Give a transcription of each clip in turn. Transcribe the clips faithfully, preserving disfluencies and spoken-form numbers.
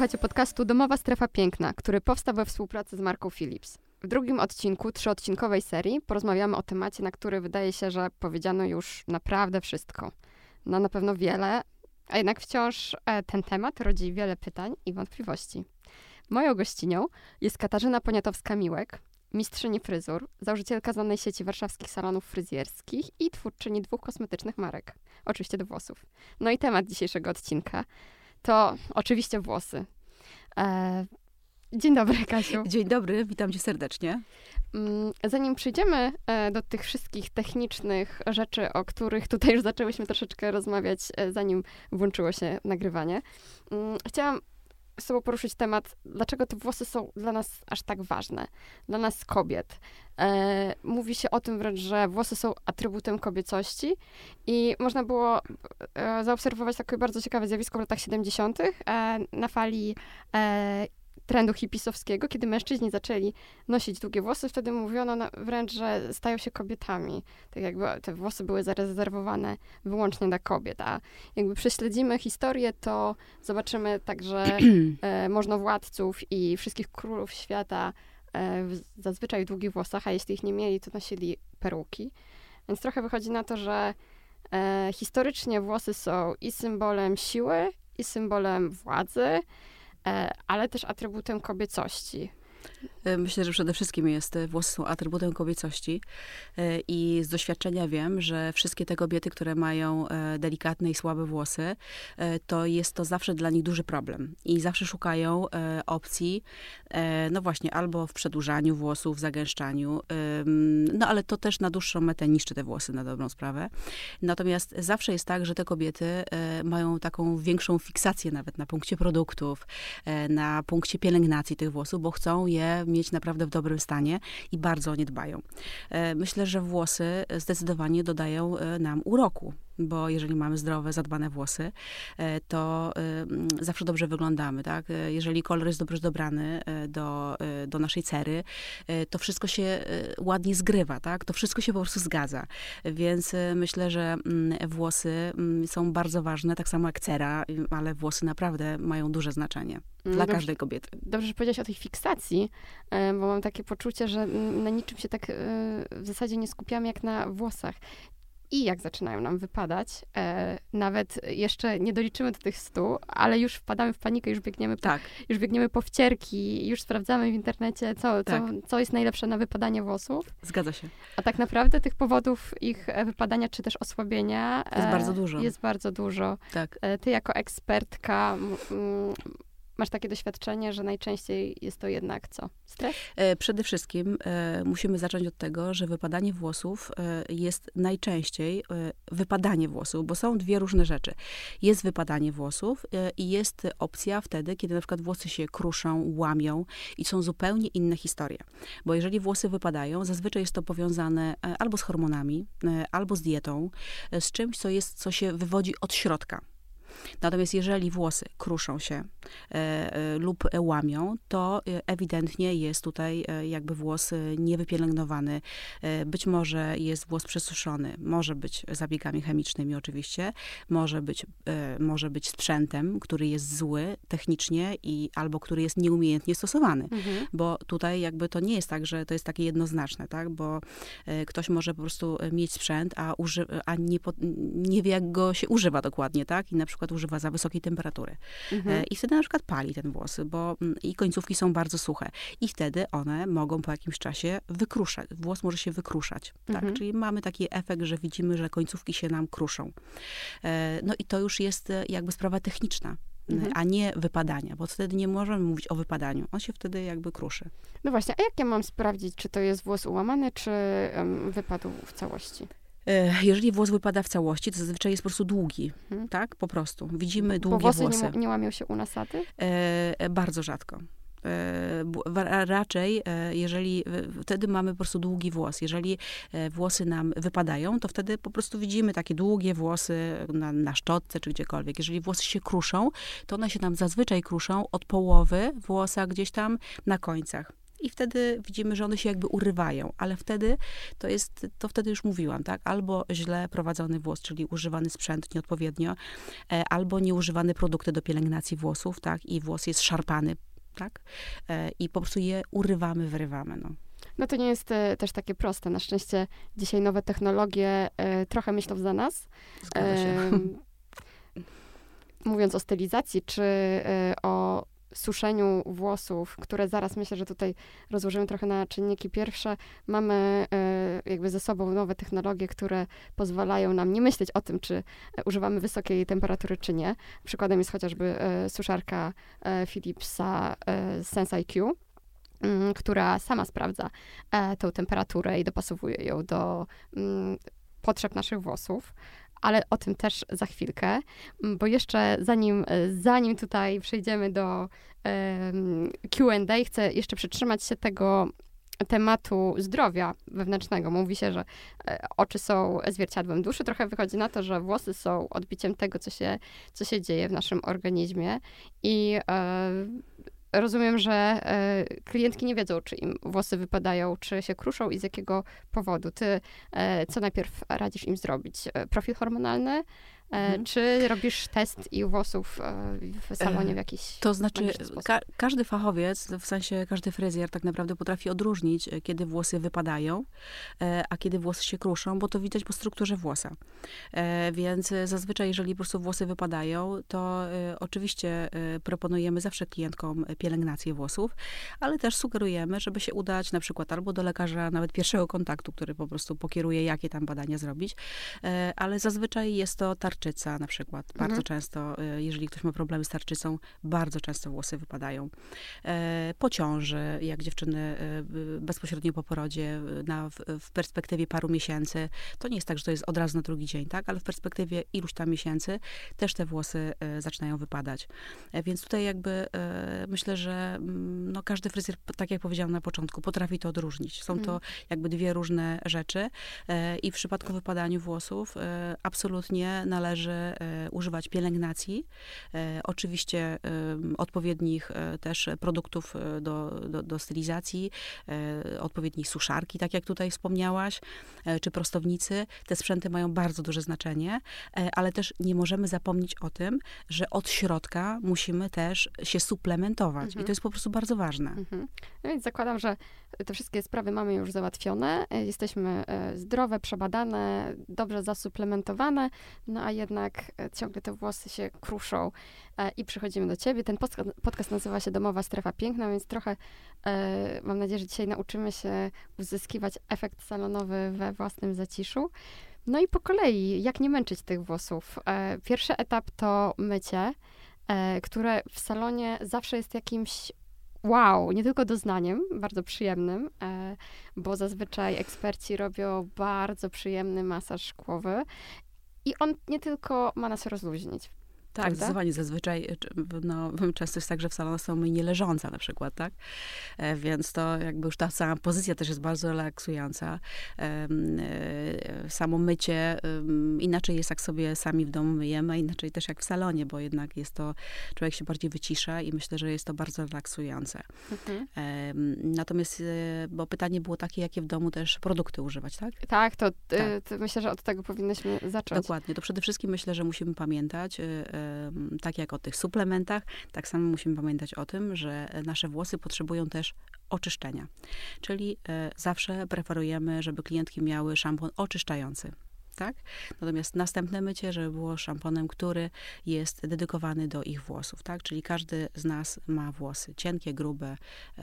Słuchacie podcastu Domowa Strefa Piękna, który powstał we współpracy z marką Philips. W drugim odcinku trzyodcinkowej serii porozmawiamy o temacie, na który wydaje się, że powiedziano już naprawdę wszystko. No na pewno wiele, a jednak wciąż e, ten temat rodzi wiele pytań i wątpliwości. Moją gościnią jest Katarzyna Poniatowska-Miłek, mistrzyni fryzur, założycielka znanej sieci warszawskich salonów fryzjerskich i twórczyni dwóch kosmetycznych marek. Oczywiście do włosów. No i temat dzisiejszego odcinka to oczywiście włosy. E, dzień dobry, Kasiu. Dzień dobry, witam cię serdecznie. Zanim przejdziemy do tych wszystkich technicznych rzeczy, o których tutaj już zaczęłyśmy troszeczkę rozmawiać, zanim włączyło się nagrywanie, chciałam z tobą poruszyć temat, dlaczego te włosy są dla nas aż tak ważne, dla nas kobiet. E, mówi się o tym wręcz, że włosy są atrybutem kobiecości i można było e, zaobserwować takie bardzo ciekawe zjawisko w latach siedemdziesiątych e, na fali e, trendu hipisowskiego, kiedy mężczyźni zaczęli nosić długie włosy, wtedy mówiono na, wręcz, że stają się kobietami. Tak jakby te włosy były zarezerwowane wyłącznie dla kobiet. A jakby prześledzimy historię, to zobaczymy także e, możnowładców i wszystkich królów świata e, w zazwyczaj w długich włosach, a jeśli ich nie mieli, to nosili peruki. Więc trochę wychodzi na to, że e, historycznie włosy są i symbolem siły, i symbolem władzy, ale też atrybutem kobiecości. Myślę, że przede wszystkim jest, włosy są atrybutem kobiecości i z doświadczenia wiem, że wszystkie te kobiety, które mają delikatne i słabe włosy, to jest to zawsze dla nich duży problem. I zawsze szukają opcji, no właśnie, albo w przedłużaniu włosów, w zagęszczaniu, no ale to też na dłuższą metę niszczy te włosy, na dobrą sprawę. Natomiast zawsze jest tak, że te kobiety mają taką większą fiksację nawet na punkcie produktów, na punkcie pielęgnacji tych włosów, bo chcą je mieć naprawdę w dobrym stanie i bardzo o nie dbają. Myślę, że włosy zdecydowanie dodają nam uroku, bo jeżeli mamy zdrowe, zadbane włosy, to zawsze dobrze wyglądamy, tak? Jeżeli kolor jest dobrze dobrany do, do naszej cery, to wszystko się ładnie zgrywa, tak? To wszystko się po prostu zgadza. Więc myślę, że włosy są bardzo ważne, tak samo jak cera, ale włosy naprawdę mają duże znaczenie dla dobrze, każdej kobiety. Dobrze, że powiedziałaś o tej fiksacji, bo mam takie poczucie, że na niczym się tak w zasadzie nie skupiamy jak na włosach. I jak zaczynają nam wypadać, e, nawet jeszcze nie doliczymy do tych stu, ale już wpadamy w panikę, już biegniemy po, tak. już biegniemy po wcierki, już sprawdzamy w internecie, co, tak. co, co jest najlepsze na wypadanie włosów. Zgadza się. A tak naprawdę tych powodów ich wypadania, czy też osłabienia jest e, bardzo dużo. Jest bardzo dużo. Tak. E, ty jako ekspertka m, masz takie doświadczenie, że najczęściej jest to jednak co? Stres? E, przede wszystkim e, musimy zacząć od tego, że wypadanie włosów e, jest najczęściej e, wypadanie włosów, bo są dwie różne rzeczy. Jest wypadanie włosów e, i jest opcja wtedy, kiedy na przykład włosy się kruszą, łamią i są zupełnie inne historie. Bo jeżeli włosy wypadają, zazwyczaj jest to powiązane e, albo z hormonami, e, albo z dietą, e, z czymś, co jest, co się wywodzi od środka. Natomiast jeżeli włosy kruszą się e, e, lub łamią, to ewidentnie jest tutaj e, jakby włos niewypielęgnowany. E, być może jest włos przesuszony. Może być zabiegami chemicznymi oczywiście. Może być, e, może być sprzętem, który jest zły technicznie i albo który jest nieumiejętnie stosowany. Mhm. Bo tutaj jakby to nie jest tak, że to jest takie jednoznaczne, tak? Bo e, ktoś może po prostu mieć sprzęt, a, uży, a nie, po, nie wie, jak go się używa dokładnie, tak? I na przykład używa za wysokiej temperatury. Mhm. I wtedy na przykład pali ten włos, bo i końcówki są bardzo suche. I wtedy one mogą po jakimś czasie wykruszać. Włos może się wykruszać. Mhm. Tak? Czyli mamy taki efekt, że widzimy, że końcówki się nam kruszą. No i to już jest jakby sprawa techniczna. Mhm. A nie wypadania, bo wtedy nie możemy mówić o wypadaniu. On się wtedy jakby kruszy. No właśnie, a jak ja mam sprawdzić, czy to jest włos ułamany, czy um, wypadł w całości? Jeżeli włos wypada w całości, to zazwyczaj jest po prostu długi, hmm. tak? Po prostu. Widzimy długie Bo włosy. włosy. Nie, nie łamią się u nasaty? E, bardzo rzadko. E, raczej, e, jeżeli wtedy mamy po prostu długi włos. Jeżeli e, włosy nam wypadają, to wtedy po prostu widzimy takie długie włosy na, na szczotce czy gdziekolwiek. Jeżeli włosy się kruszą, to one się nam zazwyczaj kruszą od połowy włosa gdzieś tam na końcach. i wtedy widzimy, że one się jakby urywają, ale wtedy to jest, to wtedy już mówiłam, tak, albo źle prowadzony włos, czyli używany sprzęt nieodpowiednio, e, albo nieużywane produkty do pielęgnacji włosów, tak, i włos jest szarpany, tak, e, i po prostu je urywamy, wyrywamy, no. No to nie jest e, też takie proste. Na szczęście dzisiaj nowe technologie e, trochę myślą za nas. Zgadza się. E, mówiąc o stylizacji, czy e, o suszeniu włosów, które zaraz myślę, że tutaj rozłożymy trochę na czynniki pierwsze, mamy e, jakby ze sobą nowe technologie, które pozwalają nam nie myśleć o tym, czy używamy wysokiej temperatury, czy nie. Przykładem jest chociażby e, suszarka e, Philipsa e, Sense I Q, która sama sprawdza e, tą temperaturę i dopasowuje ją do mm, potrzeb naszych włosów. Ale o tym też za chwilkę, bo jeszcze zanim, zanim tutaj przejdziemy do e, Q and A, chcę jeszcze przytrzymać się tego tematu zdrowia wewnętrznego. Mówi się, że e, oczy są zwierciadłem duszy. Trochę wychodzi na to, że włosy są odbiciem tego, co się, co się dzieje w naszym organizmie i e, rozumiem, że e, klientki nie wiedzą, czy im włosy wypadają, czy się kruszą i z jakiego powodu. Ty e, co najpierw radzisz im zrobić? E, profil hormonalny? E, mhm. Czy robisz test ich włosów e, w salonie w jakiś To znaczy, sposób? Ka- każdy fachowiec, w sensie każdy fryzjer tak naprawdę potrafi odróżnić, kiedy włosy wypadają, e, a kiedy włosy się kruszą, bo to widać po strukturze włosa. E, więc zazwyczaj, jeżeli po prostu włosy wypadają, to e, oczywiście e, proponujemy zawsze klientkom pielęgnację włosów, ale też sugerujemy, żeby się udać na przykład albo do lekarza nawet pierwszego kontaktu, który po prostu pokieruje, jakie tam badania zrobić, e, ale zazwyczaj jest to tarczyca na przykład. Mhm. Bardzo często, e, jeżeli ktoś ma problemy z tarczycą, bardzo często włosy wypadają. E, po ciąży, jak dziewczyny e, bezpośrednio po porodzie, na, w, w perspektywie paru miesięcy, to nie jest tak, że to jest od razu na drugi dzień, tak, ale w perspektywie iluś tam miesięcy też te włosy e, zaczynają wypadać. E, więc tutaj jakby e, myślę, że no, każdy fryzjer, tak jak powiedziałam na początku, potrafi to odróżnić. Są to jakby dwie różne rzeczy e, i w przypadku wypadania włosów e, absolutnie należy e, używać pielęgnacji, e, oczywiście e, odpowiednich e, też produktów do, do, do stylizacji, e, odpowiedniej suszarki, tak jak tutaj wspomniałaś, e, czy prostownicy. Te sprzęty mają bardzo duże znaczenie, e, ale też nie możemy zapomnieć o tym, że od środka musimy też się suplementować. Mhm. I to jest po prostu bardzo ważne. Mhm. No więc zakładam, że te wszystkie sprawy mamy już załatwione. Jesteśmy zdrowe, przebadane, dobrze zasuplementowane, no a jednak ciągle te włosy się kruszą i przychodzimy do ciebie. Ten podcast nazywa się Domowa Strefa Piękna, więc trochę mam nadzieję, że dzisiaj nauczymy się uzyskiwać efekt salonowy we własnym zaciszu. No i po kolei, jak nie męczyć tych włosów? Pierwszy etap to mycie, które w salonie zawsze jest jakimś wow, nie tylko doznaniem, bardzo przyjemnym, bo zazwyczaj eksperci robią bardzo przyjemny masaż szkłowy i on nie tylko ma nas rozluźnić. Tak, prawda? zdecydowanie. Zazwyczaj, no, często jest tak, że w salonach są myjnie leżąca na przykład, tak? E, więc to jakby już ta sama pozycja też jest bardzo relaksująca. E, e, samo mycie, e, inaczej jest jak sobie sami w domu myjemy, inaczej też jak w salonie, bo jednak jest to, człowiek się bardziej wycisza i myślę, że jest to bardzo relaksujące. Mhm. E, natomiast, e, bo pytanie było takie, jakie w domu też produkty używać, tak? Tak, to, tak. Y, to myślę, że od tego powinnyśmy zacząć. Dokładnie. To przede wszystkim myślę, że musimy pamiętać, y, tak jak o tych suplementach, tak samo musimy pamiętać o tym, że nasze włosy potrzebują też oczyszczenia. Czyli zawsze preferujemy, żeby klientki miały szampon oczyszczający. Tak? Natomiast następne mycie, żeby było szamponem, który jest dedykowany do ich włosów. Tak? Czyli każdy z nas ma włosy cienkie, grube,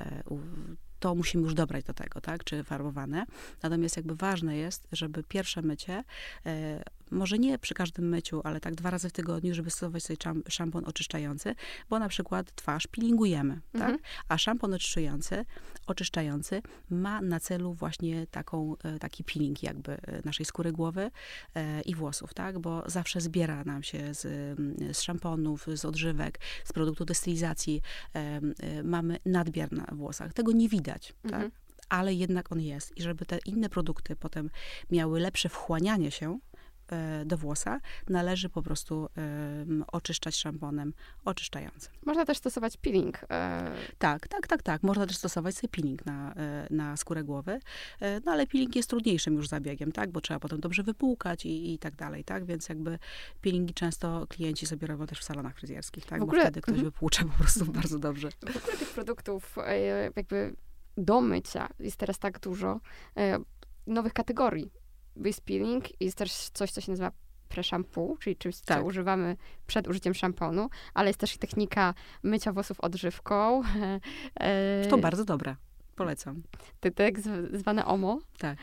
to musimy już dobrać do tego, tak? Czy farbowane. Natomiast jakby ważne jest, żeby pierwsze mycie, e, może nie przy każdym myciu, ale tak dwa razy w tygodniu, żeby stosować sobie szampon oczyszczający, bo na przykład twarz peelingujemy, mhm. tak? A szampon oczyszczający, oczyszczający ma na celu właśnie taką, taki peeling jakby naszej skóry głowy e, i włosów, tak? Bo zawsze zbiera nam się z, z szamponów, z odżywek, z produktu do stylizacji. E, e, mamy nadbiar na włosach. Tego nie widać, mhm. tak? Ale jednak on jest. I żeby te inne produkty potem miały lepsze wchłanianie się, e, do włosa należy po prostu e, oczyszczać szamponem oczyszczającym. Można też stosować peeling. E... Tak, tak, tak, tak. Można też stosować sobie peeling na, e, na skórę głowy, e, no ale peeling jest trudniejszym już zabiegiem, tak, bo trzeba potem dobrze wypłukać i, i tak dalej, tak, więc jakby peelingi często klienci sobie robią też w salonach fryzjerskich, tak, w ogóle, bo wtedy ktoś mm-hmm. wypłucze po prostu bardzo dobrze. W ogóle tych produktów e, jakby do mycia jest teraz tak dużo e, nowych kategorii. Jest peeling, jest też coś, co się nazywa pre-shampoo, czyli czymś, tak. co używamy przed użyciem szamponu, ale jest też technika mycia włosów odżywką. E, to bardzo dobre. Polecam. Tytek, zwane O M O. Tak.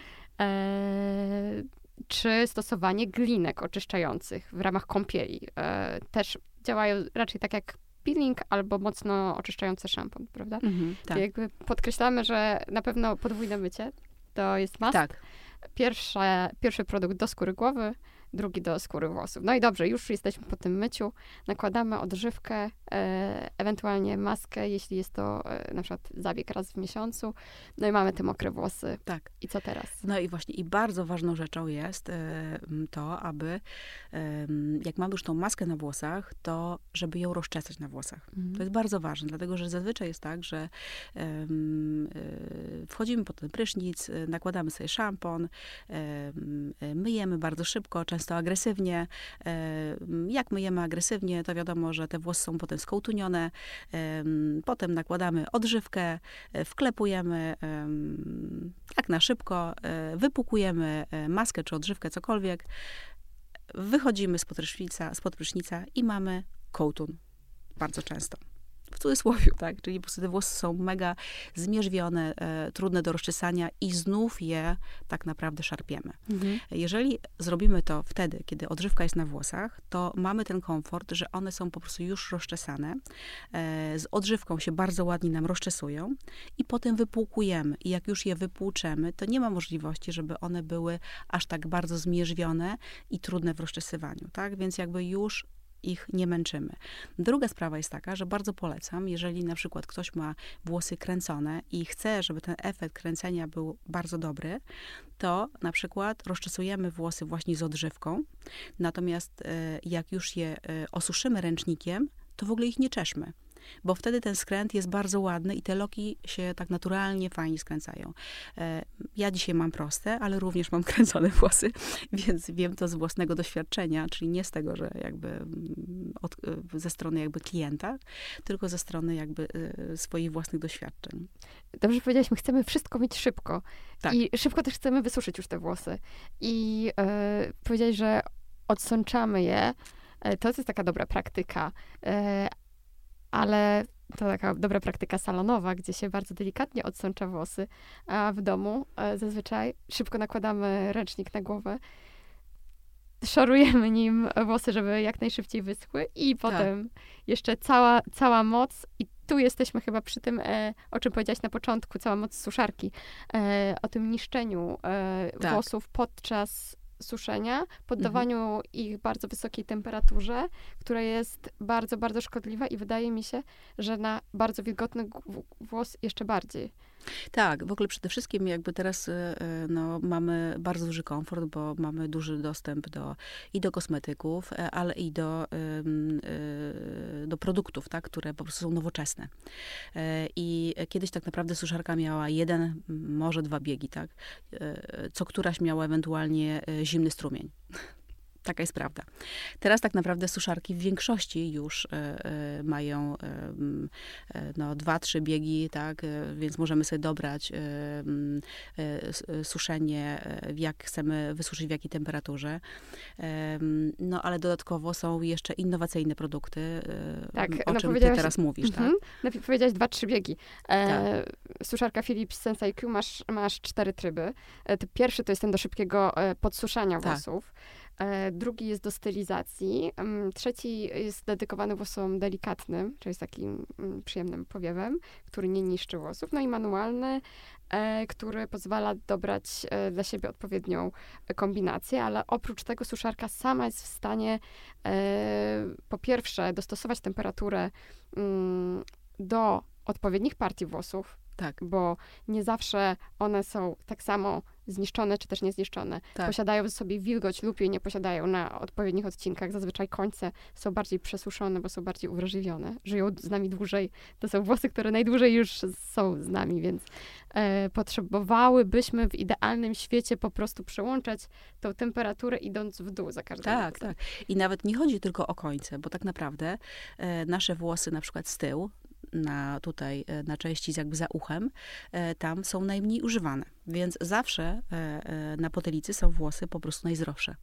E, czy stosowanie glinek oczyszczających w ramach kąpieli. E, też działają raczej tak jak peeling albo mocno oczyszczający szampon, prawda? Mhm, tak. Jakby podkreślamy, że na pewno podwójne mycie to jest must. Tak. Pierwsze, pierwszy produkt do skóry głowy, drugi do skóry włosów. No i dobrze, już jesteśmy po tym myciu. Nakładamy odżywkę, e, ewentualnie maskę, jeśli jest to e, na przykład zabieg raz w miesiącu. No i mamy te mokre włosy. Tak. I co teraz? No i właśnie, i bardzo ważną rzeczą jest e, to, aby e, jak mamy już tą maskę na włosach, to żeby ją rozczesać na włosach. Mhm. To jest bardzo ważne, dlatego że zazwyczaj jest tak, że e, e, wchodzimy pod ten prysznic, nakładamy sobie szampon, e, myjemy bardzo szybko, często agresywnie. Jak myjemy agresywnie, to wiadomo, że te włosy są potem skołtunione. Potem nakładamy odżywkę, wklepujemy tak na szybko, wypłukujemy maskę czy odżywkę, cokolwiek. Wychodzimy spod prysznica, spod prysznica i mamy kołtun. Bardzo często. W cudzysłowie, tak? Czyli po prostu te włosy są mega zmierzwione, e, trudne do rozczesania i znów je tak naprawdę szarpiemy. Mhm. Jeżeli zrobimy to wtedy, kiedy odżywka jest na włosach, to mamy ten komfort, że one są po prostu już rozczesane. E, z odżywką się bardzo ładnie nam rozczesują i potem wypłukujemy. I jak już je wypłuczemy, to nie ma możliwości, żeby one były aż tak bardzo zmierzwione i trudne w rozczesywaniu, tak? Więc jakby już ich nie męczymy. Druga sprawa jest taka, że bardzo polecam, jeżeli na przykład ktoś ma włosy kręcone i chce, żeby ten efekt kręcenia był bardzo dobry, to na przykład rozczesujemy włosy właśnie z odżywką, natomiast jak już je osuszymy ręcznikiem, to w ogóle ich nie czeszmy. Bo wtedy ten skręt jest bardzo ładny i te loki się tak naturalnie, fajnie skręcają. Ja dzisiaj mam proste, ale również mam kręcone włosy, więc wiem to z własnego doświadczenia, czyli nie z tego, że jakby od, ze strony jakby klienta, tylko ze strony jakby swoich własnych doświadczeń. Dobrze powiedzieliśmy, chcemy wszystko mieć szybko. Tak. I szybko też chcemy wysuszyć już te włosy. I yy, powiedziałeś, że odsączamy je. To jest taka dobra praktyka. Yy, ale to taka dobra praktyka salonowa, gdzie się bardzo delikatnie odsącza włosy, a w domu e, zazwyczaj szybko nakładamy ręcznik na głowę, szorujemy nim włosy, żeby jak najszybciej wyschły i potem tak. jeszcze cała, cała moc i tu jesteśmy chyba przy tym, e, o czym powiedziałaś na początku, cała moc suszarki, e, o tym niszczeniu e, tak. włosów podczas suszenia, poddawaniu mhm. ich bardzo wysokiej temperaturze, która jest bardzo, bardzo szkodliwa i wydaje mi się, że na bardzo wilgotny włos jeszcze bardziej. Tak, w ogóle przede wszystkim jakby teraz no, mamy bardzo duży komfort, bo mamy duży dostęp do, i do kosmetyków, ale i do, do produktów, tak, które po prostu są nowoczesne. I kiedyś tak naprawdę suszarka miała jeden, może dwa biegi, tak, co któraś miała ewentualnie zimny strumień. Taka jest prawda. Teraz tak naprawdę suszarki w większości już e, e, mają e, e, no, dwa, trzy biegi, tak, e, więc możemy sobie dobrać e, e, suszenie, jak chcemy wysuszyć, w jakiej temperaturze. E, no, ale dodatkowo są jeszcze innowacyjne produkty, e, tak, o no czym ty teraz mówisz, mm-hmm. tak? No, powiedziałaś dwa, trzy biegi. E, tak. Suszarka Philips Sense I Q masz, masz cztery tryby. E, pierwszy to jest ten do szybkiego e, podsuszania tak. włosów. Drugi jest do stylizacji. Trzeci jest dedykowany włosom delikatnym, czyli z takim przyjemnym powiewem, który nie niszczy włosów. No i manualny, który pozwala dobrać dla siebie odpowiednią kombinację, ale oprócz tego suszarka sama jest w stanie po pierwsze dostosować temperaturę do odpowiednich partii włosów, Tak. Bo nie zawsze one są tak samo zniszczone, czy też niezniszczone. Tak. Posiadają w sobie wilgoć lub jej nie posiadają na odpowiednich odcinkach. Zazwyczaj końce są bardziej przesuszone, bo są bardziej uwrażliwione. Żyją z nami dłużej. To są włosy, które najdłużej już są z nami, więc e, potrzebowałybyśmy w idealnym świecie po prostu przełączać tą temperaturę, idąc w dół za każdym Tak, razem. tak. I nawet nie chodzi tylko o końce, bo tak naprawdę e, nasze włosy na przykład z tyłu, na tutaj, e, na części jakby za uchem, e, tam są najmniej używane. Więc zawsze e, e, na potylicy są włosy po prostu najzdrowsze.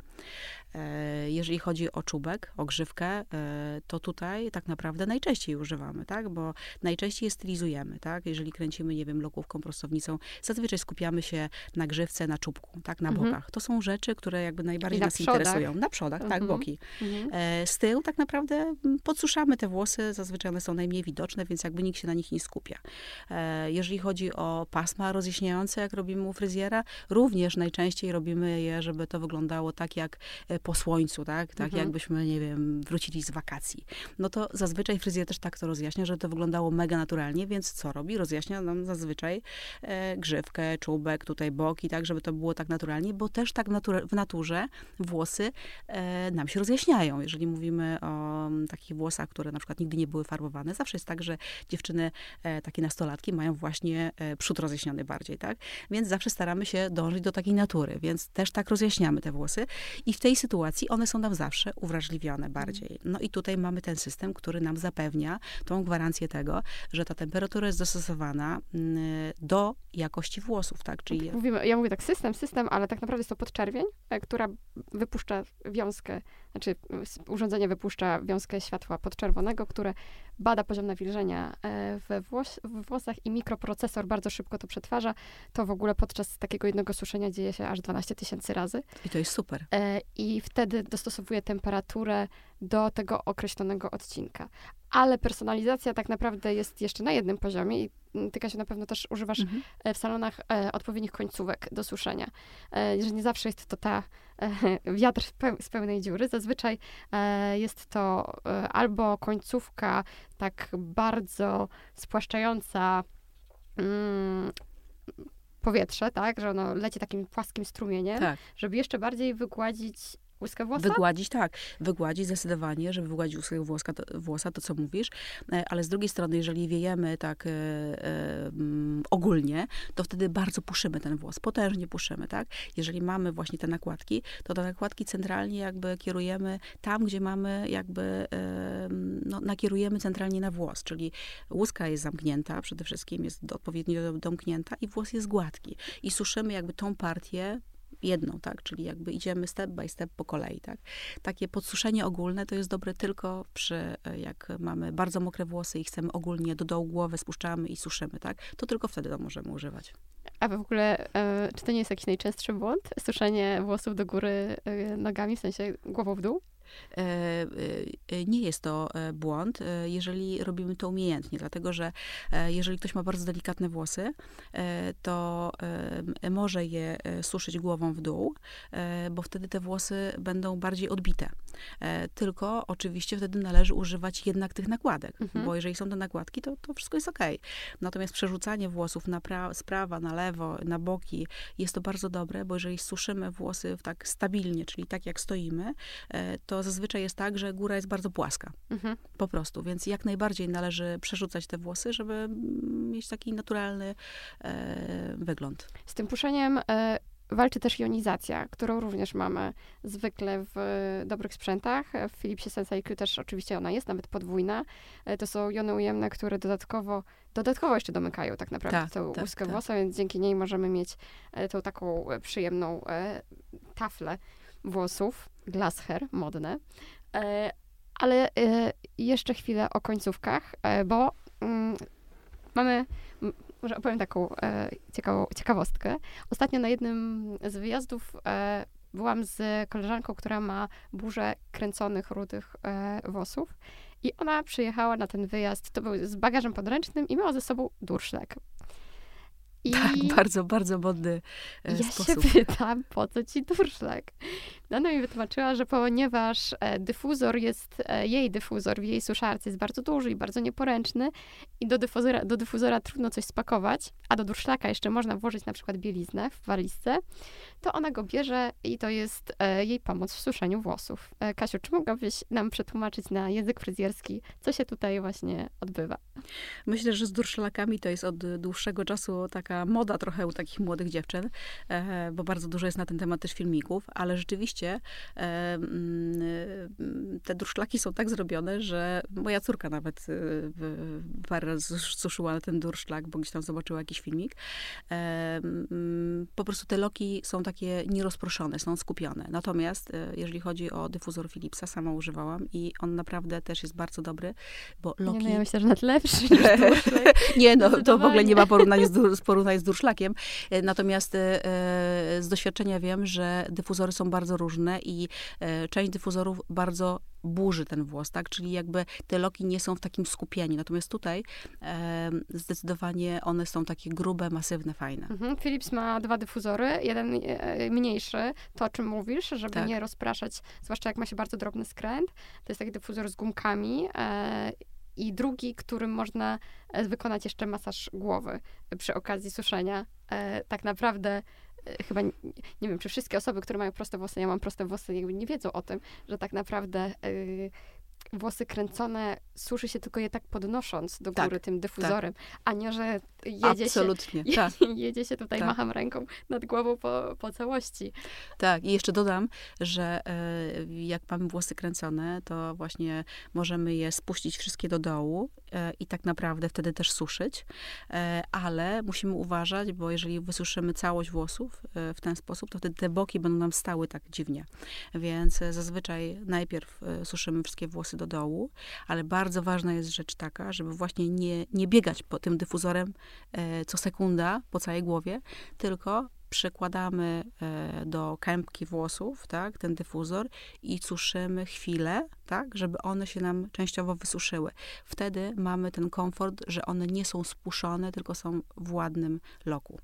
E, jeżeli chodzi o czubek, o grzywkę, e, to tutaj tak naprawdę najczęściej używamy, tak? Bo najczęściej je stylizujemy, tak? Jeżeli kręcimy, nie wiem, lokówką, prostownicą, zazwyczaj skupiamy się na grzywce, na czubku, tak? Na Mhm. bokach. To są rzeczy, które jakby najbardziej na nas przodach. interesują. Na przodach, tak, Mhm. boki. Mhm. E, z tyłu tak naprawdę mm, podsuszamy te włosy, zazwyczaj one są najmniej widoczne, więc jakby nikt się na nich nie skupia. E, jeżeli chodzi o pasma rozjaśniające, jak robimy u fryzjera, również najczęściej robimy je, żeby to wyglądało tak jak e, po słońcu, tak? Tak Mhm. jakbyśmy, nie wiem, wrócili z wakacji. No to zazwyczaj fryzjer też tak to rozjaśnia, żeby to wyglądało mega naturalnie, więc co robi? Rozjaśnia nam zazwyczaj e, grzywkę, czubek, tutaj boki, tak, żeby to było tak naturalnie, bo też tak natura- w naturze włosy e, nam się rozjaśniają. Jeżeli mówimy o m, takich włosach, które na przykład nigdy nie były farbowane, zawsze jest tak, że dziewczyny, e, takie nastolatki mają właśnie e, przód rozjaśniony bardziej, tak? Więc zawsze staramy się dążyć do takiej natury, więc też tak rozjaśniamy te włosy i w tej sytuacji one są nam zawsze uwrażliwione bardziej. No i tutaj mamy ten system, który nam zapewnia tą gwarancję tego, że ta temperatura jest dostosowana mm, do jakości włosów, tak? Czyli Mówimy, ja mówię tak system, system, ale tak naprawdę jest to podczerwień, e, która wypuszcza wiązkę, znaczy s- urządzenie wypuszcza wiązkę światła podczerwonego, które bada poziom nawilżenia e, we włos- w włosach i mikroprocesor bardzo szybko to przetwarza. To w ogóle podczas takiego jednego suszenia dzieje się aż dwanaście tysięcy razy. i to jest super. E, I wtedy dostosowuje temperaturę do tego określonego odcinka. Ale personalizacja tak naprawdę jest jeszcze na jednym poziomie i mm, ty, Kasiu, na pewno też używasz Mhm. e, w salonach e, odpowiednich końcówek do suszenia. E, że nie zawsze jest to ta e, wiatr z, peł- z pełnej dziury. Zazwyczaj e, jest to e, albo końcówka tak bardzo spłaszczająca mm, powietrze, tak, że ono leci takim płaskim strumieniem, Tak. żeby jeszcze bardziej wygładzić łuskę włosa. Wygładzić, tak. Wygładzić zdecydowanie, żeby wygładzić łuskiego włoska, to, włosa, to co mówisz. E, Ale z drugiej strony, jeżeli wiejemy tak e, e, mm, ogólnie, to wtedy bardzo puszymy ten włos. Potężnie puszymy, tak? Jeżeli mamy właśnie te nakładki, to te nakładki centralnie jakby kierujemy tam, gdzie mamy jakby, e, no, nakierujemy centralnie na włos. Czyli łuska jest zamknięta, przede wszystkim jest odpowiednio domknięta i włos jest gładki. I suszymy jakby tą partię jedną, tak? Czyli jakby idziemy step by step po kolei, tak? Takie podsuszenie ogólne to jest dobre tylko przy, e, jak mamy bardzo mokre włosy i chcemy ogólnie do dołu głowę spuszczamy i suszymy, tak? To tylko wtedy to możemy używać. A w ogóle, e, czy to nie jest jakiś najczęstszy błąd? Suszenie włosów do góry e, nogami, w sensie głową w dół? E, e, Nie jest to e, błąd, e, jeżeli robimy to umiejętnie, dlatego że e, jeżeli ktoś ma bardzo delikatne włosy, e, to e, może je e, suszyć głową w dół, e, bo wtedy te włosy będą bardziej odbite. E, Tylko oczywiście wtedy należy używać jednak tych nakładek, Mhm. bo jeżeli są te nakładki, to, to wszystko jest okej. Natomiast przerzucanie włosów na pra- z prawa, na lewo, na boki jest to bardzo dobre, bo jeżeli suszymy włosy w tak stabilnie, czyli tak jak stoimy, e, to zazwyczaj jest tak, że góra jest bardzo płaska. Mhm. Po prostu. Więc jak najbardziej należy przerzucać te włosy, żeby mm, mieć taki naturalny e, wygląd. Z tym puszeniem e, walczy też jonizacja, którą również mamy zwykle w e, dobrych sprzętach. W Philipsie SenseIQ też oczywiście ona jest, nawet podwójna. E, to są jony ujemne, które dodatkowo, dodatkowo jeszcze domykają tak naprawdę Tak, tą tak, łuskę tak. włosa, więc dzięki niej możemy mieć e, tą taką e, przyjemną e, taflę włosów, glass hair, modne. E, ale e, jeszcze chwilę o końcówkach, e, bo mm, mamy, m, może opowiem taką e, ciekawą, ciekawostkę. Ostatnio na jednym z wyjazdów e, byłam z koleżanką, która ma burzę kręconych, rudych e, włosów i ona przyjechała na ten wyjazd, to był z bagażem podręcznym i miała ze sobą durszlak. I Tak, bardzo, bardzo modny e, ja sposób. się pytam, po co ci durszlak? Ona mi wytłumaczyła, że ponieważ dyfuzor jest, jej dyfuzor w jej suszarce jest bardzo duży i bardzo nieporęczny i do dyfuzora, do dyfuzora trudno coś spakować, a do durszlaka jeszcze można włożyć na przykład bieliznę w walizce, to ona go bierze i to jest jej pomoc w suszeniu włosów. Kasiu, czy mogłabyś nam przetłumaczyć na język fryzjerski, co się tutaj właśnie odbywa? Myślę, że z durszlakami to jest od dłuższego czasu taka moda trochę u takich młodych dziewczyn, bo bardzo dużo jest na ten temat też filmików, ale rzeczywiście te durszlaki są tak zrobione, że moja córka nawet parę razy suszyła ten durszlak, bo gdzieś tam zobaczyła jakiś filmik. Po prostu te loki są takie nierozproszone, są skupione. Natomiast jeżeli chodzi o dyfuzor Philipsa, sama używałam i on naprawdę też jest bardzo dobry, bo loki... Nie, no ja myślę, że nawet lepszy niż durszlak. Nie, no to w ogóle nie ma porównania z, porównania z durszlakiem. Natomiast e, z doświadczenia wiem, że dyfuzory są bardzo różne i e, część dyfuzorów bardzo burzy ten włos, tak? Czyli jakby te loki nie są w takim skupieniu. Natomiast tutaj e, zdecydowanie one są takie grube, masywne, fajne. Mhm. Philips ma dwa dyfuzory. Jeden e, mniejszy, to o czym mówisz, żeby tak. nie rozpraszać, zwłaszcza jak ma się bardzo drobny skręt. To jest taki dyfuzor z gumkami. E, I drugi, którym można wykonać jeszcze masaż głowy przy okazji suszenia. E, tak naprawdę e, chyba, nie, nie wiem, czy wszystkie osoby, które mają proste włosy, ja mam proste włosy, jakby nie wiedzą o tym, że tak naprawdę e, włosy kręcone suszy się tylko je tak podnosząc do góry tak, tym dyfuzorem, tak. a nie, że jedzie Absolutnie, się, tak. jedzie się tutaj, tak. macham ręką nad głową po, po całości. Tak, i jeszcze dodam, że e, jak mamy włosy kręcone, to właśnie możemy je spuścić wszystkie do dołu e, i tak naprawdę wtedy też suszyć, e, ale musimy uważać, bo jeżeli wysuszymy całość włosów e, w ten sposób, to wtedy te boki będą nam stały tak dziwnie. Więc e, zazwyczaj najpierw e, suszymy wszystkie włosy do dołu, ale bardzo ważna jest rzecz taka, żeby właśnie nie, nie biegać po tym dyfuzorem e, co sekunda po całej głowie, tylko przykładamy e, do kępki włosów, tak, ten dyfuzor i suszymy chwilę, tak, żeby one się nam częściowo wysuszyły. Wtedy mamy ten komfort, że one nie są spuszczone, tylko są w ładnym loku.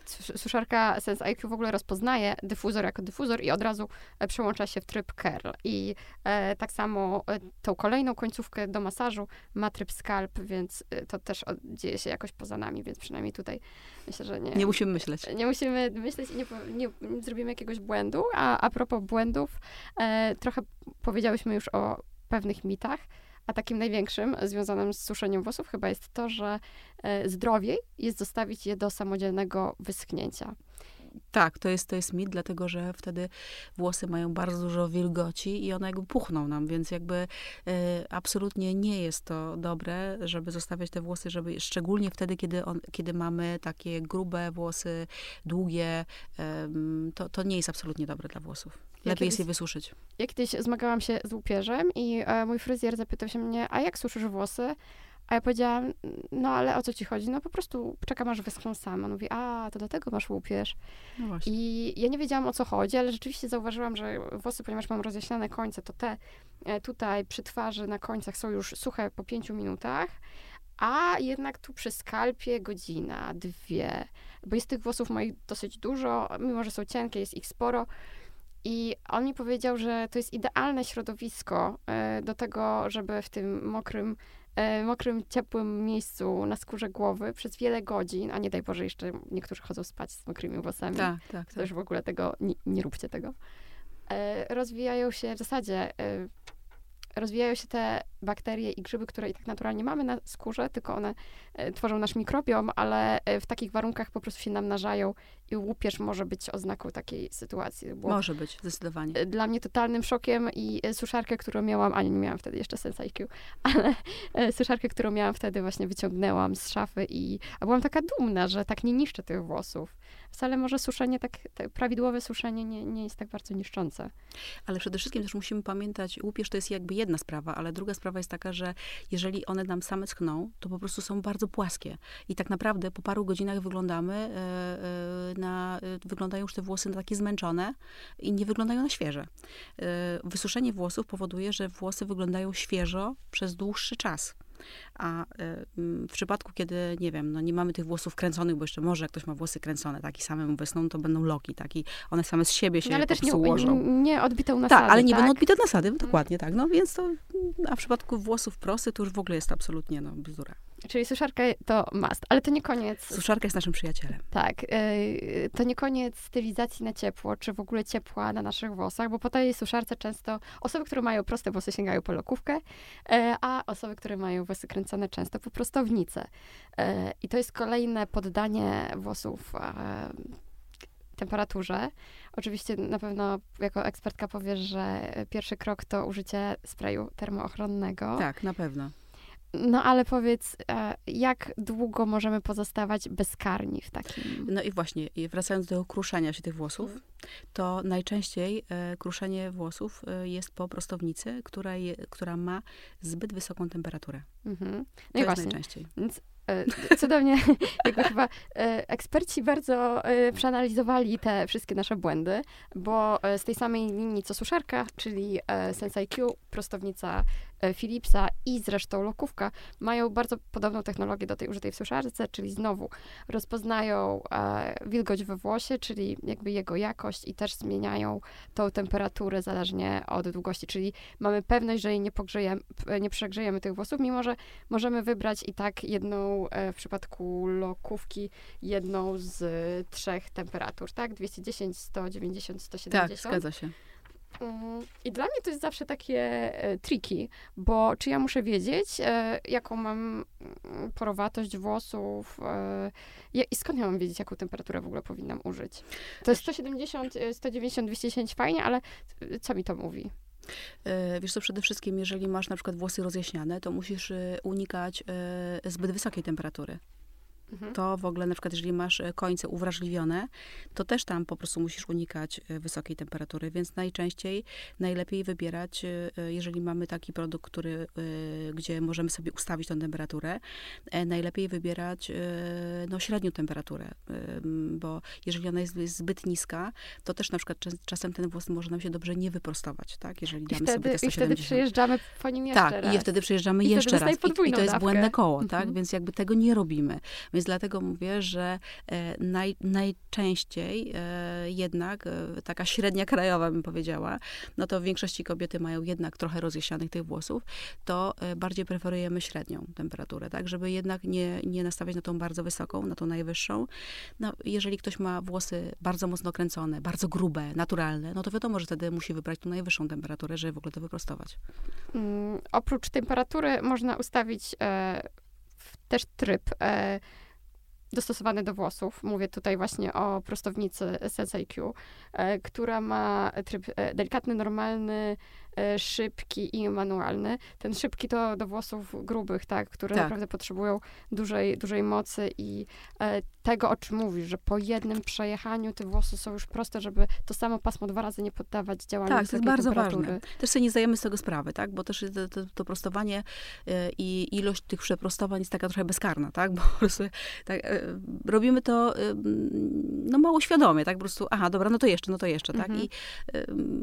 Suszarka Sense I Q w ogóle rozpoznaje dyfuzor jako dyfuzor i od razu przełącza się w tryb curl. I e, tak samo e, tą kolejną końcówkę do masażu ma tryb scalp, więc e, to też od, dzieje się jakoś poza nami, więc przynajmniej tutaj myślę, że nie... Nie musimy myśleć. Nie musimy myśleć i nie, nie, nie zrobimy jakiegoś błędu. A a propos błędów, e, trochę powiedziałyśmy już o pewnych mitach, a takim największym związanym z suszeniem włosów chyba jest to, że e, zdrowiej jest zostawić je do samodzielnego wyschnięcia. Tak, to jest, to jest mit, dlatego że wtedy włosy mają bardzo dużo wilgoci i one jakby puchną nam, więc jakby y, absolutnie nie jest to dobre, żeby zostawiać te włosy, żeby szczególnie wtedy, kiedy, on, kiedy mamy takie grube włosy, długie, y, to, to nie jest absolutnie dobre dla włosów. Lepiej ja kiedyś, jest je wysuszyć. Ja kiedyś zmagałam się z łupieżem i e, mój fryzjer zapytał się mnie, a jak suszysz włosy? A ja powiedziałam, no ale o co ci chodzi? No po prostu czekam, aż wyschną same. On mówi, a, to dlatego masz łupież. No właśnie. I ja nie wiedziałam, o co chodzi, ale rzeczywiście zauważyłam, że włosy, ponieważ mam rozjaśnione końce, to te tutaj przy twarzy na końcach są już suche po pięciu minutach, a jednak tu przy skalpie godzina, dwie. Bo jest tych włosów moich dosyć dużo, mimo że są cienkie, jest ich sporo. I on mi powiedział, że to jest idealne środowisko do tego, żeby w tym mokrym, mokrym, ciepłym miejscu na skórze głowy przez wiele godzin, a nie daj Boże, jeszcze niektórzy chodzą spać z mokrymi włosami. Tak, tak. To już w ogóle tego, nie, nie róbcie tego. Rozwijają się w zasadzie, rozwijają się te bakterie i grzyby, które i tak naturalnie mamy na skórze, tylko one e, tworzą nasz mikrobiom, ale e, w takich warunkach po prostu się namnażają i łupież może być oznaką takiej sytuacji. Było może być, zdecydowanie. Dla mnie totalnym szokiem i e, suszarkę, którą miałam, a nie, nie miałam wtedy jeszcze Sense I Q, ale e, suszarkę, którą miałam wtedy właśnie wyciągnęłam z szafy i a byłam taka dumna, że tak nie niszczę tych włosów. Wcale może suszenie, tak, tak prawidłowe suszenie nie, nie jest tak bardzo niszczące. Ale przede wszystkim też musimy pamiętać, łupież to jest jakby jedna sprawa, ale druga sprawa jest taka, że jeżeli one nam same schną, to po prostu są bardzo płaskie. I tak naprawdę po paru godzinach wyglądamy na, wyglądają już te włosy na takie zmęczone i nie wyglądają na świeże. Wysuszenie włosów powoduje, że włosy wyglądają świeżo przez dłuższy czas. A w przypadku, kiedy, nie wiem, no nie mamy tych włosów kręconych, bo jeszcze może jak ktoś ma włosy kręcone, tak, i samemu wesną, to będą loki, tak, i one same z siebie się no, ale po też prostu nie, ułożą. nie odbitą nasady, Tak, ale nie tak? będą odbite nasady, dokładnie tak, no więc to, a w przypadku włosów prosy to już w ogóle jest absolutnie, no, bzdura. Czyli suszarka to must, ale to nie koniec. Suszarka jest naszym przyjacielem. Tak, yy, to nie koniec stylizacji na ciepło, czy w ogóle ciepła na naszych włosach, bo po tej suszarce często osoby, które mają proste włosy, sięgają po lokówkę, yy, a osoby, które mają włosy kręcone, często po prostownicę. Yy, I to jest kolejne poddanie włosów yy, temperaturze. Oczywiście na pewno jako ekspertka powiesz, że pierwszy krok to użycie sprayu termoochronnego. Tak, na pewno. No ale powiedz, jak długo możemy pozostawać bezkarni w takim... No i właśnie, wracając do kruszenia się tych włosów, mm. to najczęściej e, kruszenie włosów e, jest po prostownicy, która, je, która ma zbyt wysoką temperaturę. Mm-hmm. No to i jest właśnie. najczęściej. Więc e, cudownie, jakby chyba e, eksperci bardzo e, przeanalizowali te wszystkie nasze błędy, bo e, z tej samej linii co suszarka, czyli e, SenseIQ, prostownica Philipsa i zresztą lokówka mają bardzo podobną technologię do tej użytej w suszarce, czyli znowu rozpoznają e, wilgoć we włosie, czyli jakby jego jakość i też zmieniają tą temperaturę zależnie od długości, czyli mamy pewność, że jej nie pogrzejemy, nie przegrzejemy tych włosów, mimo że możemy wybrać i tak jedną, e, w przypadku lokówki, jedną z e, trzech temperatur, tak? dwieście dziesięć, sto dziewięćdziesiąt, sto siedemdziesiąt. Tak, zgadza się. I dla mnie to jest zawsze takie e, tricky, bo czy ja muszę wiedzieć, e, jaką mam porowatość włosów e, i skąd ja mam wiedzieć, jaką temperaturę w ogóle powinnam użyć? To jest sto siedemdziesiąt, sto dziewięćdziesiąt, dwieście dziesięć fajnie, ale co mi to mówi? Wiesz co, przede wszystkim, jeżeli masz na przykład włosy rozjaśniane, to musisz unikać zbyt wysokiej temperatury. To w ogóle, na przykład, jeżeli masz końce uwrażliwione, to też tam po prostu musisz unikać wysokiej temperatury, więc najczęściej najlepiej wybierać, jeżeli mamy taki produkt, który, gdzie możemy sobie ustawić tę temperaturę, najlepiej wybierać no, średnią temperaturę, bo jeżeli ona jest, jest zbyt niska, to też na przykład czasem ten włos może nam się dobrze nie wyprostować, tak? Jeżeli damy I wtedy, sobie te sto siedemdziesiąt. I wtedy przejeżdżamy po nim jeszcze tak, raz. i wtedy przejeżdżamy I jeszcze raz. I, I to jest dawkę. błędne koło, mhm. tak? Więc jakby tego nie robimy. Więc dlatego mówię, że e, naj, najczęściej e, jednak e, taka średnia krajowa, bym powiedziała, no to w większości kobiety mają jednak trochę rozjaśnianych tych włosów, to e, bardziej preferujemy średnią temperaturę, tak? Żeby jednak nie, nie nastawiać na tą bardzo wysoką, na tą najwyższą. No, jeżeli ktoś ma włosy bardzo mocno kręcone, bardzo grube, naturalne, no to wiadomo, że wtedy musi wybrać tą najwyższą temperaturę, żeby w ogóle to wyprostować. Mm, oprócz temperatury można ustawić e, też tryb e, dostosowany do włosów. Mówię tutaj właśnie o prostownicy SenseIQ, e, która ma tryb e, delikatny, normalny, e, szybki i manualny. Ten szybki to do włosów grubych, tak, które tak. naprawdę potrzebują dużej, dużej mocy i e, tego, o czym mówisz, że po jednym przejechaniu te włosy są już proste, żeby to samo pasmo dwa razy nie poddawać działaniu tak, wysokiej to jest bardzo temperatury. ważne. Też sobie nie zdajemy z tego sprawy, tak, bo też to, to, to prostowanie y, i ilość tych przeprostowań jest taka trochę bezkarna, tak, bo po prostu tak, y, robimy to y, no mało świadomie, tak, po prostu, aha, dobra, no to jeszcze, no to jeszcze, mhm. tak, i y,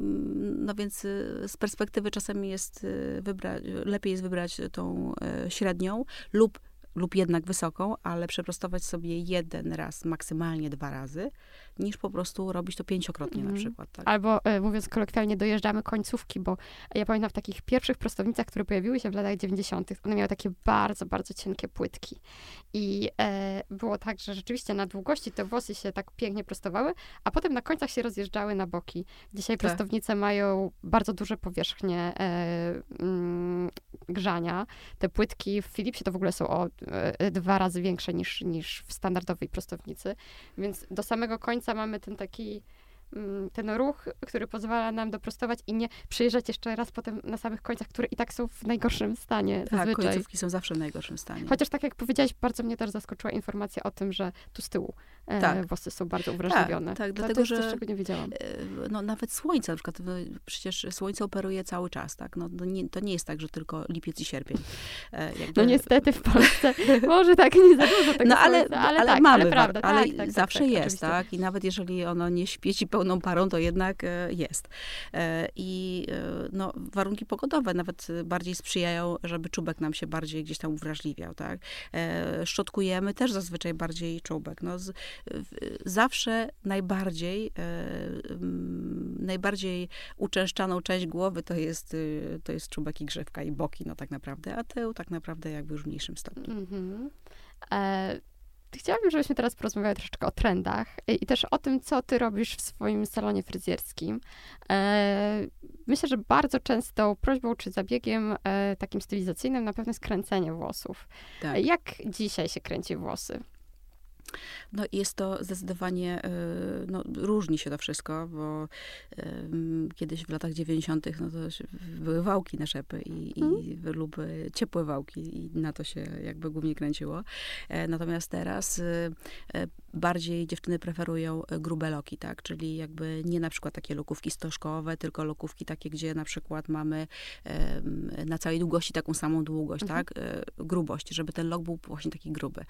no więc y, z perspektywy czasami jest y, wybrać, lepiej jest wybrać tą y, średnią lub lub jednak wysoką, ale przeprostować sobie jeden raz, maksymalnie dwa razy, niż po prostu robić to pięciokrotnie mm. na przykład. Tak? Albo e, mówiąc kolokwialnie, dojeżdżamy końcówki, bo ja pamiętam w takich pierwszych prostownicach, które pojawiły się w latach dziewięćdziesiątych, one miały takie bardzo, bardzo cienkie płytki. I e, było tak, że rzeczywiście na długości te włosy się tak pięknie prostowały, a potem na końcach się rozjeżdżały na boki. Dzisiaj tak. prostownice mają bardzo duże powierzchnie e, mm, grzania. Te płytki w Philipsie to w ogóle są o e, dwa razy większe niż, niż w standardowej prostownicy. Więc do samego końca mamy ten taki, ten ruch, który pozwala nam doprostować i nie przejeżdżać jeszcze raz potem na samych końcach, które i tak są w najgorszym stanie tak, zazwyczaj. Końcówki są zawsze w najgorszym stanie. Chociaż tak jak powiedziałaś, bardzo mnie też zaskoczyła informacja o tym, że tu z tyłu e, tak. włosy są bardzo uwrażliwione. Tak, tak to, dlatego, to jest że coś, czego nie wiedziałam. No, nawet słońce, na przykład, przecież słońce operuje cały czas, tak? No, to, nie, to nie jest tak, że tylko lipiec i sierpień. Jakby... No niestety w Polsce może tak nie za dużo tego no, ale, słońca, ale, ale tak, mamy, ale prawda. ale tak, tak, zawsze tak, tak, jest, oczywiście. tak? I nawet jeżeli ono nie świeci pełną pełną parą to jednak jest. I no, warunki pogodowe nawet bardziej sprzyjają, żeby czubek nam się bardziej gdzieś tam uwrażliwiał, tak? Szczotkujemy też zazwyczaj bardziej czubek. No, z, zawsze najbardziej, najbardziej uczęszczaną część głowy to jest, to jest czubek i grzywka i boki, no tak naprawdę, a tył tak naprawdę jakby już w mniejszym stopniu. Mm-hmm. E, chciałabym, żebyśmy teraz porozmawiali troszeczkę o trendach i, i też o tym, co ty robisz w swoim salonie fryzjerskim. E, myślę, że bardzo często prośbą czy zabiegiem e, takim stylizacyjnym na pewno jest kręcenie włosów. Tak. E, jak dzisiaj się kręci włosy? No jest to zdecydowanie, no różni się to wszystko, bo um, kiedyś w latach dziewięćdziesiątych no to były wałki na szepy i, mm. i lub ciepłe wałki i na to się jakby głównie kręciło. E, natomiast teraz e, bardziej dziewczyny preferują grube loki, tak, czyli jakby nie na przykład takie lokówki stożkowe, tylko lokówki takie, gdzie na przykład mamy e, na całej długości taką samą długość, mm-hmm. tak, e, grubość, żeby ten lok był właśnie taki gruby.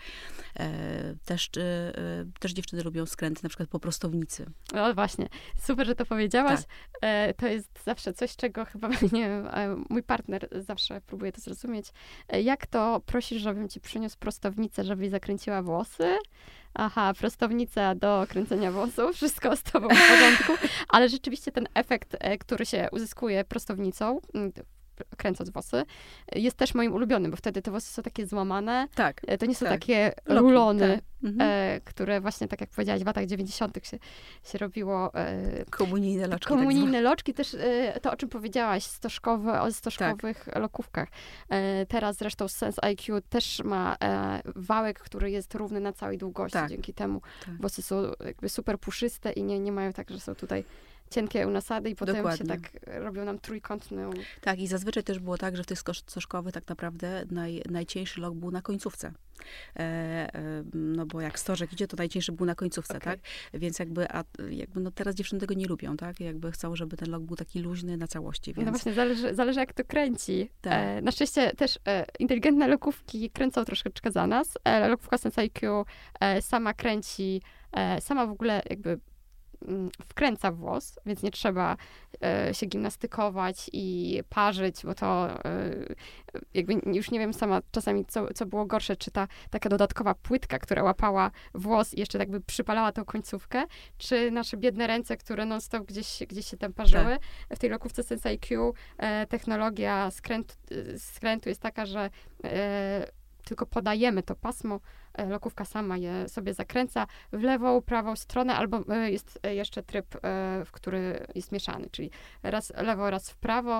E, też też dziewczyny lubią skręty na przykład po prostownicy. No właśnie, super, że to powiedziałaś. Tak. To jest zawsze coś, czego chyba nie wiem, mój partner zawsze próbuje to zrozumieć. Jak to prosisz, żebym ci przyniósł prostownicę, żebyś zakręciła włosy? Aha, prostownica do kręcenia włosów, wszystko z tobą w porządku, ale rzeczywiście ten efekt, który się uzyskuje prostownicą, kręcąc włosy, jest też moim ulubionym, bo wtedy te włosy są takie złamane. Tak. To nie są tak. takie Loki, rulony, tak. mhm. e, które właśnie, tak jak powiedziałaś, w latach dziewięćdziesiątych się, się robiło. E, komunijne loczki. Komunijne tak loczki, też e, to, o czym powiedziałaś, stożkowe, o stożkowych tak. lokówkach. E, teraz zresztą Sense I Q też ma e, wałek, który jest równy na całej długości. Tak. Dzięki temu tak. włosy są jakby super puszyste i nie, nie mają tak, że są tutaj cienkie nasady i potem Dokładnie. się tak robią nam trójkątną. Tak, i zazwyczaj też było tak, że w tych stożkowych tak naprawdę naj, najcieńszy lok był na końcówce. E, e, no bo jak stożek idzie, to najcieńszy był na końcówce, okay. tak? Więc jakby, a, jakby no teraz dziewczyny tego nie lubią, tak? Jakby chcą, żeby ten lok był taki luźny na całości, więc... No właśnie, zależy, zależy jak to kręci. Tak. E, na szczęście też e, inteligentne lokówki kręcą troszeczkę za nas. E, lokówka Sense I Q e, sama kręci, e, sama w ogóle jakby wkręca włos, więc nie trzeba e, się gimnastykować i parzyć, bo to e, jakby już nie wiem sama czasami, co, co było gorsze, czy ta taka dodatkowa płytka, która łapała włos i jeszcze jakby przypalała tą końcówkę, czy nasze biedne ręce, które non-stop gdzieś, gdzieś się tam parzyły. Tak. W tej lokówce Sense I Q e, technologia skręt, skrętu jest taka, że e, tylko podajemy to pasmo, lokówka sama je sobie zakręca w lewą, prawą stronę, albo jest jeszcze tryb, w który jest mieszany, czyli raz lewo, raz w prawo.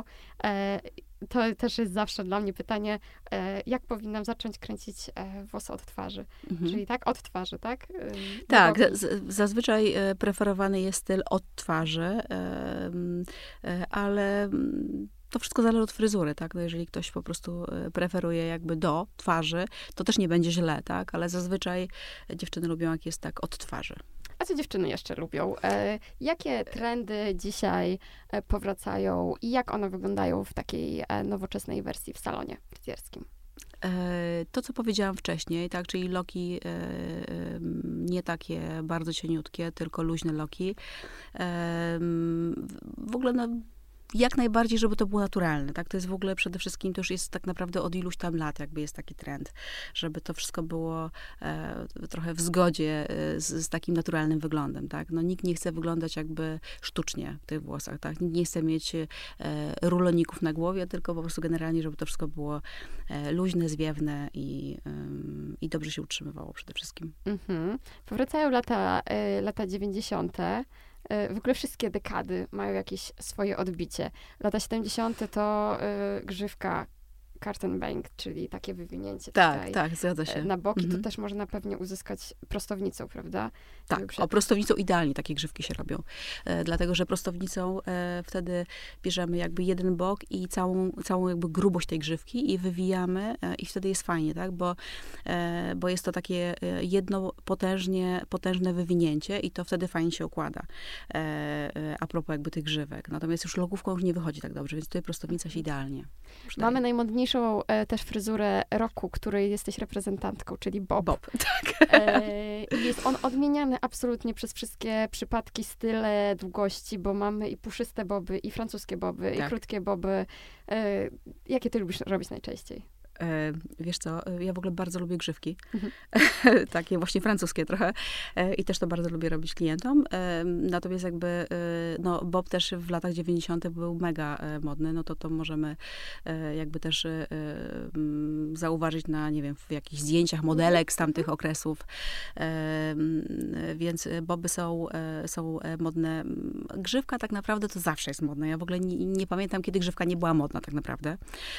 To też jest zawsze dla mnie pytanie, jak powinnam zacząć kręcić włosy od twarzy. Mhm. Czyli tak, od twarzy, tak? Tak, z- zazwyczaj preferowany jest styl od twarzy, ale to wszystko zależy od fryzury, tak? No jeżeli ktoś po prostu preferuje jakby do twarzy, to też nie będzie źle, tak? Ale zazwyczaj dziewczyny lubią, jak jest tak od twarzy. A co dziewczyny jeszcze lubią? E, jakie trendy dzisiaj e, powracają i jak one wyglądają w takiej e, nowoczesnej wersji w salonie fryzjerskim? To, co powiedziałam wcześniej, tak, czyli loki nie takie bardzo cieniutkie, tylko luźne loki. W ogóle no, jak najbardziej, żeby to było naturalne, tak? To jest w ogóle przede wszystkim, to już jest tak naprawdę od iluś tam lat jakby jest taki trend, żeby to wszystko było e, trochę w zgodzie z, z takim naturalnym wyglądem, tak? No nikt nie chce wyglądać jakby sztucznie w tych włosach, tak? Nikt nie chce mieć e, ruloników na głowie, tylko po prostu generalnie, żeby to wszystko było e, luźne, zwiewne i, e, i dobrze się utrzymywało przede wszystkim. Mhm. Powracają lata, y, lata dziewięćdziesiąte. W ogóle wszystkie dekady mają jakieś swoje odbicie. Lata siedemdziesiąte to y, grzywka curtain bank, czyli takie wywinięcie tak, tutaj tak, zgadza się. na boki, mhm. to też można pewnie uzyskać prostownicą, prawda? Tak, przed... o prostownicą idealnie takie grzywki się robią. E, dlatego, że prostownicą e, wtedy bierzemy jakby jeden bok i całą, całą jakby grubość tej grzywki i wywijamy e, i wtedy jest fajnie, tak? Bo, e, bo jest to takie jedno potężnie, potężne wywinięcie i to wtedy fajnie się układa. E, e, a propos jakby tych grzywek. Natomiast już lokówką już nie wychodzi tak dobrze, więc tutaj prostownica się idealnie przydaje. Mamy najmodniejsze najmodniejszą e, też fryzurę roku, której jesteś reprezentantką, czyli bob. Bob, tak. E, jest on odmieniany absolutnie przez wszystkie przypadki, style, długości, bo mamy i puszyste boby, i francuskie boby, Tak. i krótkie boby. E, jakie ty lubisz robić najczęściej? E, wiesz co, ja w ogóle bardzo lubię grzywki. Mhm. Takie właśnie francuskie trochę. E, I też to bardzo lubię robić klientom. E, natomiast jakby, e, no bob też w latach dziewięćdziesiątych był mega e, modny, no to to możemy e, jakby też e, m, zauważyć na, nie wiem, w jakichś zdjęciach modelek z tamtych okresów. E, m, więc boby są, e, są e, modne. Grzywka tak naprawdę to zawsze jest modna. Ja w ogóle nie, nie pamiętam, kiedy grzywka nie była modna tak naprawdę.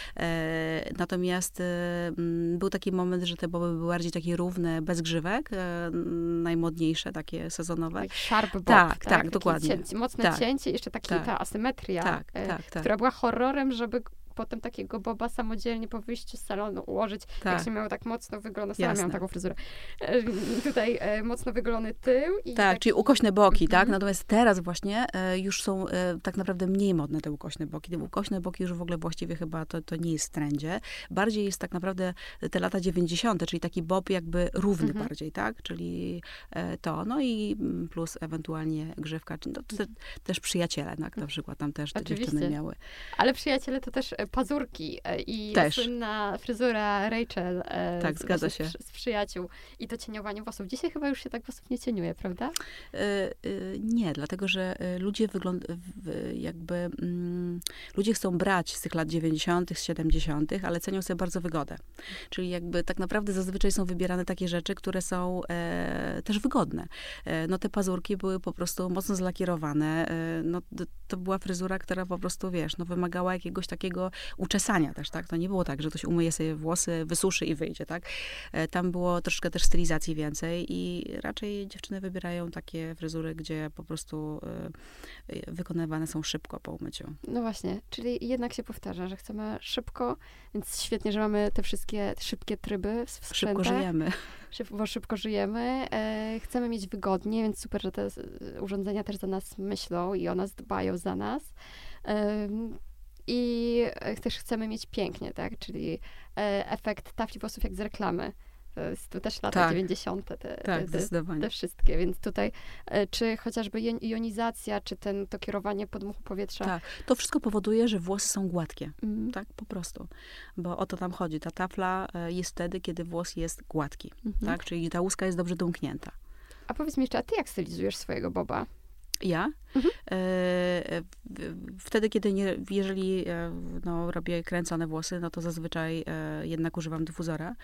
E, natomiast był taki moment, że te boby były bardziej takie równe, bez grzywek, najmodniejsze, takie sezonowe. Sharp bob, tak, tak, tak, tak dokładnie. Cięcie, mocne tak. cięcie, jeszcze taki, tak. ta asymetria, tak, e, tak, tak. która była horrorem, żeby potem takiego boba samodzielnie po wyjściu z salonu ułożyć, tak. jak się miało tak mocno wygolone. Sama miałam taką fryzurę. E, tutaj e, mocno wygolony tył. I tak, taki... czyli ukośne boki, mm-hmm. tak? Natomiast teraz właśnie e, już są e, tak naprawdę mniej modne te ukośne boki. Te ukośne boki już w ogóle właściwie chyba to, to nie jest w trendzie. Bardziej jest tak naprawdę te lata dziewięćdziesiąte, czyli taki bob jakby równy mm-hmm. bardziej, tak? Czyli e, to, no i plus ewentualnie grzywka, no, to, te, też przyjaciele, tak? Na przykład tam też te Oczywiście. dziewczyny miały. Ale przyjaciele to też pazurki i też. słynna fryzura Rachel. E, tak, z, zgadza się. Z, z przyjaciół. I to cieniowanie włosów. Dzisiaj chyba już się tak włosów nie cieniuje, prawda? E, e, nie, dlatego, że ludzie wyglądają, jakby, mm, ludzie chcą brać z tych lat dziewięćdziesiątych, z siedemdziesiątych, ale cenią sobie bardzo wygodę. Czyli jakby tak naprawdę zazwyczaj są wybierane takie rzeczy, które są e, też wygodne. E, no te pazurki były po prostu mocno zlakierowane. E, no to, to była fryzura, która po prostu, wiesz, no wymagała jakiegoś takiego uczesania też, tak? To nie było tak, że ktoś umyje sobie włosy, wysuszy i wyjdzie, tak? E, tam było troszkę też stylizacji więcej i raczej dziewczyny wybierają takie fryzury, gdzie po prostu e, wykonywane są szybko po umyciu. No właśnie, czyli jednak się powtarza, że chcemy szybko, więc świetnie, że mamy te wszystkie szybkie tryby w sprzętach. Szybko żyjemy. Bo szybko żyjemy. E, chcemy mieć wygodnie, więc super, że te urządzenia też za nas myślą i o nas dbają za nas. E, I też chcemy mieć pięknie, tak? Czyli e, efekt tafli włosów jak z reklamy. To, jest, to też lata tak. dziewięćdziesiąte. Te, tak, te, zdecydowanie. te wszystkie, więc tutaj e, czy chociażby jonizacja, czy ten, to kierowanie podmuchu powietrza. Tak, to wszystko powoduje, że włosy są gładkie. Mm. Tak, po prostu. Bo o to tam chodzi. Ta tafla jest wtedy, kiedy włos jest gładki. Mm-hmm. Tak, czyli ta łuska jest dobrze domknięta. A powiedz mi jeszcze, a ty jak stylizujesz swojego boba? Ja? Mhm. E, wtedy, kiedy nie, jeżeli no, robię kręcone włosy, no to zazwyczaj e, jednak używam dyfuzora.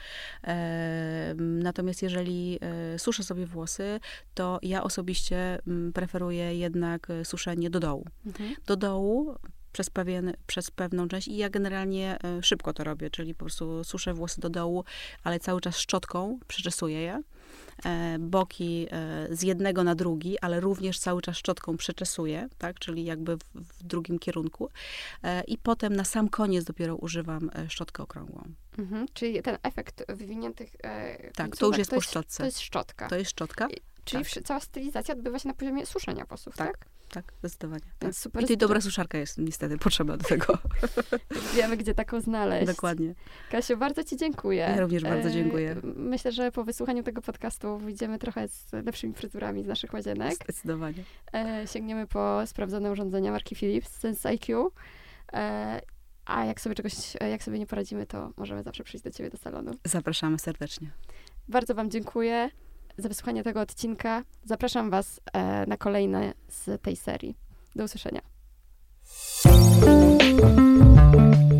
E, natomiast jeżeli e, suszę sobie włosy, to ja osobiście m, preferuję jednak suszenie do dołu. Mhm. Do dołu przez, pewien, przez pewną część i ja generalnie e, szybko to robię, czyli po prostu suszę włosy do dołu, ale cały czas szczotką przeczesuję je. E, boki e, z jednego na drugi, ale również cały czas szczotką przeczesuję, tak, czyli jakby w, w drugim kierunku. E, I potem na sam koniec dopiero używam e, szczotkę okrągłą. Mhm, czyli ten efekt wywiniętych e, tak, to już jest to po jest, szczotce. To jest szczotka. To jest szczotka. I, czyli tak. Cała stylizacja odbywa się na poziomie suszenia włosów, tak? tak? Tak, zdecydowanie. Tak. Super I tutaj dobra suszarka jest niestety potrzebna do tego. Wiemy, gdzie taką znaleźć. Dokładnie. Kasiu, bardzo ci dziękuję. Ja również bardzo dziękuję. Myślę, że po wysłuchaniu tego podcastu wyjdziemy trochę z lepszymi fryzurami z naszych łazienek. Zdecydowanie. Sięgniemy po sprawdzone urządzenia marki Philips, Sense I Q. A jak sobie czegoś, jak sobie nie poradzimy, to możemy zawsze przyjść do ciebie do salonu. Zapraszamy serdecznie. Bardzo wam dziękuję za wysłuchanie tego odcinka. Zapraszam was e, na kolejne z tej serii. Do usłyszenia.